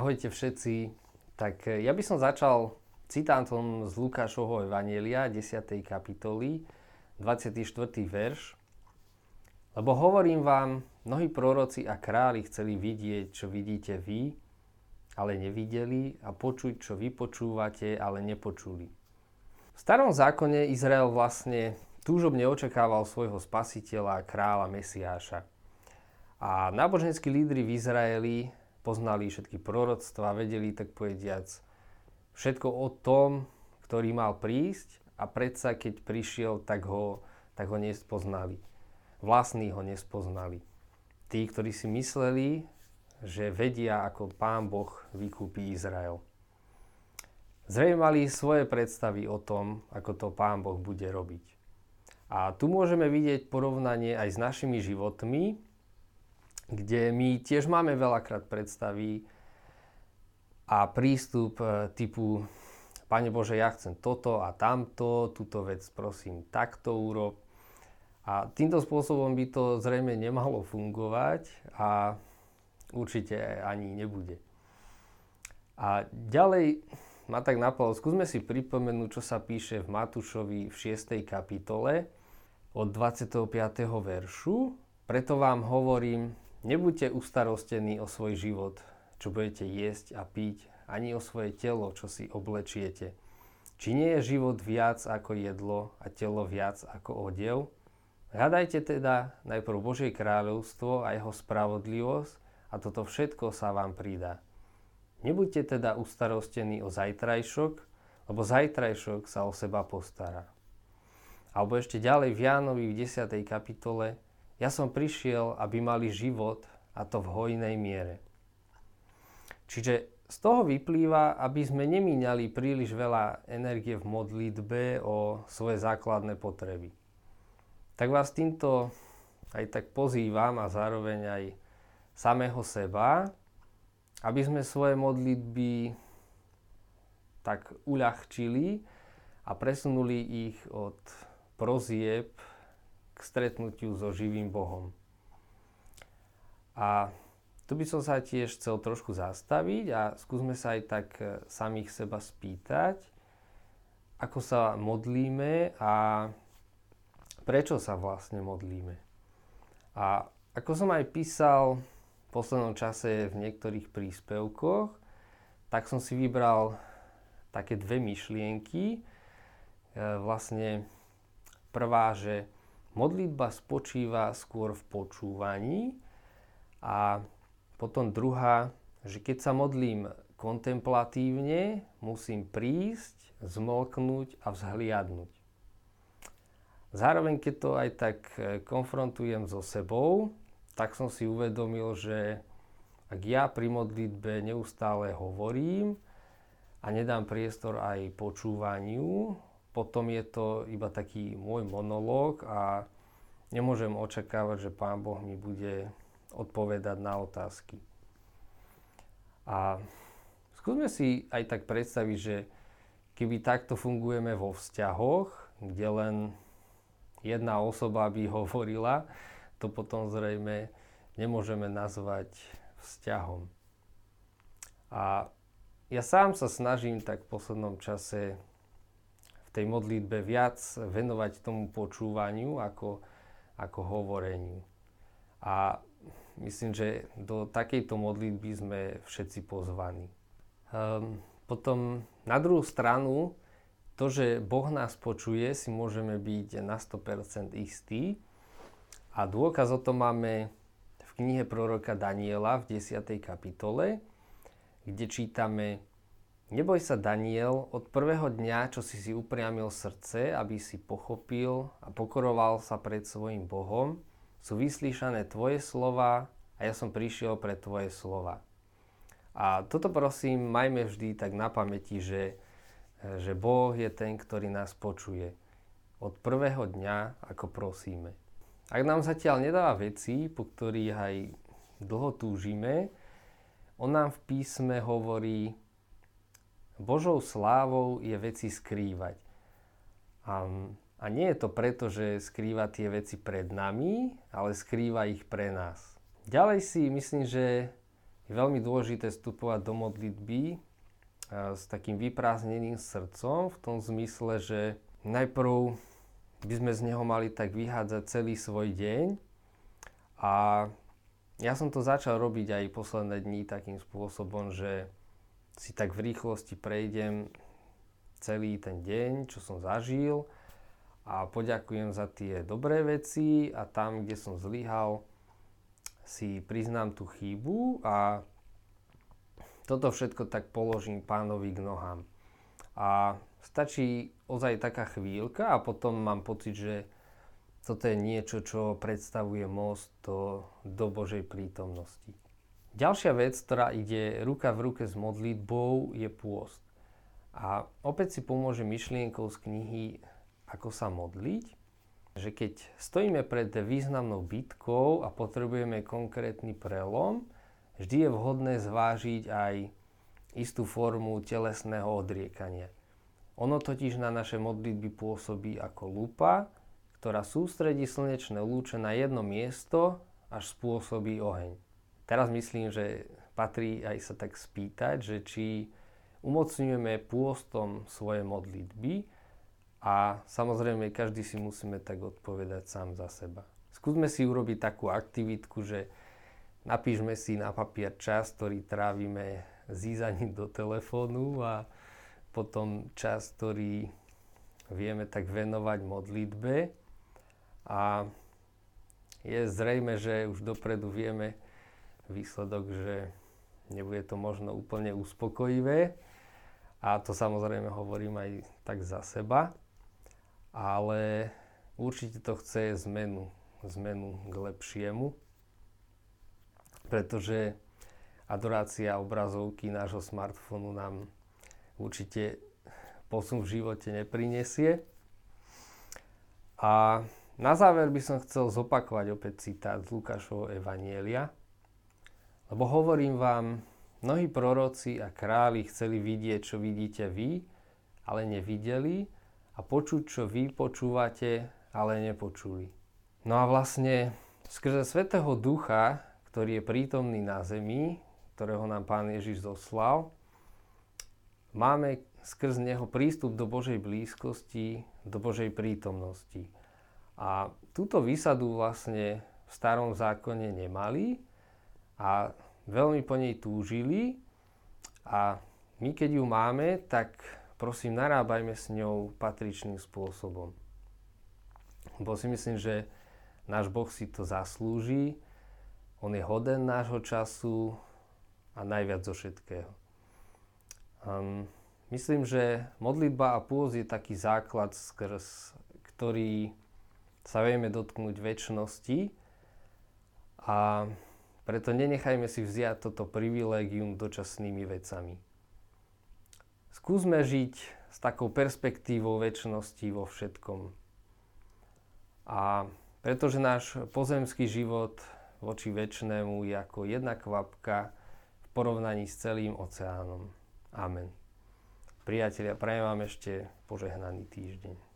Ahojte všetci. Tak ja by som začal citátom z Lukášovho evanjelia, 10. kapitoly, 24. verš. Lebo hovorím vám, mnohí proroci a králi chceli vidieť, čo vidíte vy, ale nevideli, a počuť, čo vy počúvate, ale nepočuli. V starom zákone Izrael vlastne túžobne očakával svojho spasiteľa, kráľa Mesiáša. A náboženskí lídri v Izraeli poznali všetky proroctvá, vedeli, tak povediac, všetko o tom, ktorý mal prísť, a predsa, keď prišiel, tak ho nespoznali. Vlastní ho nespoznali. Tí, ktorí si mysleli, že vedia, ako Pán Boh vykúpi Izrael. Zrejme mali svoje predstavy o tom, ako to Pán Boh bude robiť. A tu môžeme vidieť porovnanie aj s našimi životmi, kde my tiež máme veľakrát predstavy a prístup typu Pane Bože, ja chcem toto a tamto, túto vec prosím takto urob. A týmto spôsobom by to zrejme nemalo fungovať a určite ani nebude. A ďalej ma tak napadlo, skúsme si pripomenúť, čo sa píše v Matúšovi v 6. kapitole od 25. veršu. Preto vám hovorím, nebuďte ustarostení o svoj život, čo budete jesť a piť, ani o svoje telo, čo si oblečiete. Či nie je život viac ako jedlo a telo viac ako odev? Hľadajte teda najprv Božie kráľovstvo a jeho spravodlivosť a toto všetko sa vám pridá. Nebuďte teda ustarostení o zajtrajšok, lebo zajtrajšok sa o seba postará. Alebo ešte ďalej v Jánovi v 10. kapitole, ja som prišiel, aby mali život, a to v hojnej miere. Čiže z toho vyplýva, aby sme nemíňali príliš veľa energie v modlitbe o svoje základné potreby. Tak vás týmto aj tak pozývam a zároveň aj samého seba, aby sme svoje modlitby tak uľahčili a presunuli ich od prozieb k stretnutiu so živým Bohom. A tu by som sa tiež chcel trošku zastaviť a skúsme sa aj tak samých seba spýtať, ako sa modlíme a prečo sa vlastne modlíme. A ako som aj písal v poslednom čase v niektorých príspevkoch, tak som si vybral také dve myšlienky. Vlastne prvá, že modlitba spočíva skôr v počúvaní, a potom druhá, že keď sa modlím kontemplatívne, musím prísť, zmlknúť a vzhliadnúť. Zároveň, keď to aj tak konfrontujem so sebou, tak som si uvedomil, že ak ja pri modlitbe neustále hovorím a nedám priestor aj počúvaniu, potom je to iba taký môj monológ a nemôžem očakávať, že Pán Boh mi bude odpovedať na otázky. A skúsme si aj tak predstaviť, že keby takto fungujeme vo vzťahoch, kde len jedna osoba by hovorila, to potom zrejme nemôžeme nazvať vzťahom. A ja sám sa snažím tak v poslednom čase v tej modlitbe viac venovať tomu počúvaniu ako hovoreniu. A myslím, že do takejto modlitby sme všetci pozvaní. Potom na druhú stranu, to, že Boh nás počuje, si môžeme byť na 100% istí. A dôkaz o tom máme v knihe proroka Daniela v 10. kapitole, kde čítame: Neboj sa, Daniel, od prvého dňa, čo si upriamil srdce, aby si pochopil a pokoroval sa pred svojím Bohom, sú vyslíšané tvoje slova a ja som prišiel pre tvoje slova. A toto prosím, majme vždy tak na pamäti, že Boh je ten, ktorý nás počuje. Od prvého dňa, ako prosíme. Ak nám zatiaľ nedáva veci, po ktorých aj dlho túžime, on nám v písme hovorí: Božou slávou je veci skrývať. A nie je to preto, že skrýva tie veci pred nami, ale skrýva ich pre nás. Ďalej si myslím, že je veľmi dôležité vstupovať do modlitby s takým vyprázdneným srdcom, v tom zmysle, že najprv by sme z neho mali tak vyhádzať celý svoj deň. A ja som to začal robiť aj posledné dni takým spôsobom, že si tak v rýchlosti prejdem celý ten deň, čo som zažil a poďakujem za tie dobré veci a tam, kde som zlyhal, si priznám tú chybu a toto všetko tak položím Pánovi k nohám. A stačí ozaj taká chvíľka a potom mám pocit, že toto je niečo, čo predstavuje most do Božej prítomnosti. Ďalšia vec, ktorá ide ruka v ruke s modlitbou, je pôst. A opäť si pomôže myšlienkou z knihy Ako sa modliť, že keď stojíme pred významnou bitkou a potrebujeme konkrétny prelom, vždy je vhodné zvážiť aj istú formu telesného odriekania. Ono totiž na naše modlitby pôsobí ako lupa, ktorá sústredí slnečné lúče na jedno miesto, až spôsobí oheň. Teraz myslím, že patrí aj sa tak spýtať, že či umocňujeme pôstom svoje modlitby a samozrejme každý si musíme tak odpovedať sám za seba. Skúsme si urobiť takú aktivitku, že napíšme si na papier čas, ktorý trávime zízaním do telefónu a potom čas, ktorý vieme tak venovať modlitbe a je zrejme, že už dopredu vieme výsledok, že nebude to možno úplne uspokojivé a to samozrejme hovorím aj tak za seba, ale určite to chce zmenu k lepšiemu, pretože adorácia obrazovky nášho smartfónu nám určite posun v živote neprinesie. A na záver by som chcel zopakovať opäť citát z Lukášovho evanjelia, lebo hovorím vám, mnohí proroci a králi chceli vidieť, čo vidíte vy, ale nevideli, a počuť, čo vy počúvate, ale nepočuli. No a vlastne skrze Svätého Ducha, ktorý je prítomný na zemi, ktorého nám Pán Ježiš zoslal, máme skrz neho prístup do Božej blízkosti, do Božej prítomnosti. A túto výsadu vlastne v Starom zákone nemali a veľmi po nej túžili a my keď ju máme, tak prosím narábajme s ňou patričným spôsobom. Bo si myslím, že náš Boh si to zaslúži, on je hoden nášho času a najviac zo všetkého. Myslím, že modlitba a pôst je taký základ, skrz ktorý sa vieme dotknúť večnosti a preto nenechajme si vziať toto privilégium dočasnými vecami. Skúsme žiť s takou perspektívou večnosti vo všetkom. A pretože náš pozemský život voči večnému je ako jedna kvapka v porovnaní s celým oceánom. Amen. Priatelia, prajem vám ešte požehnaný týždeň.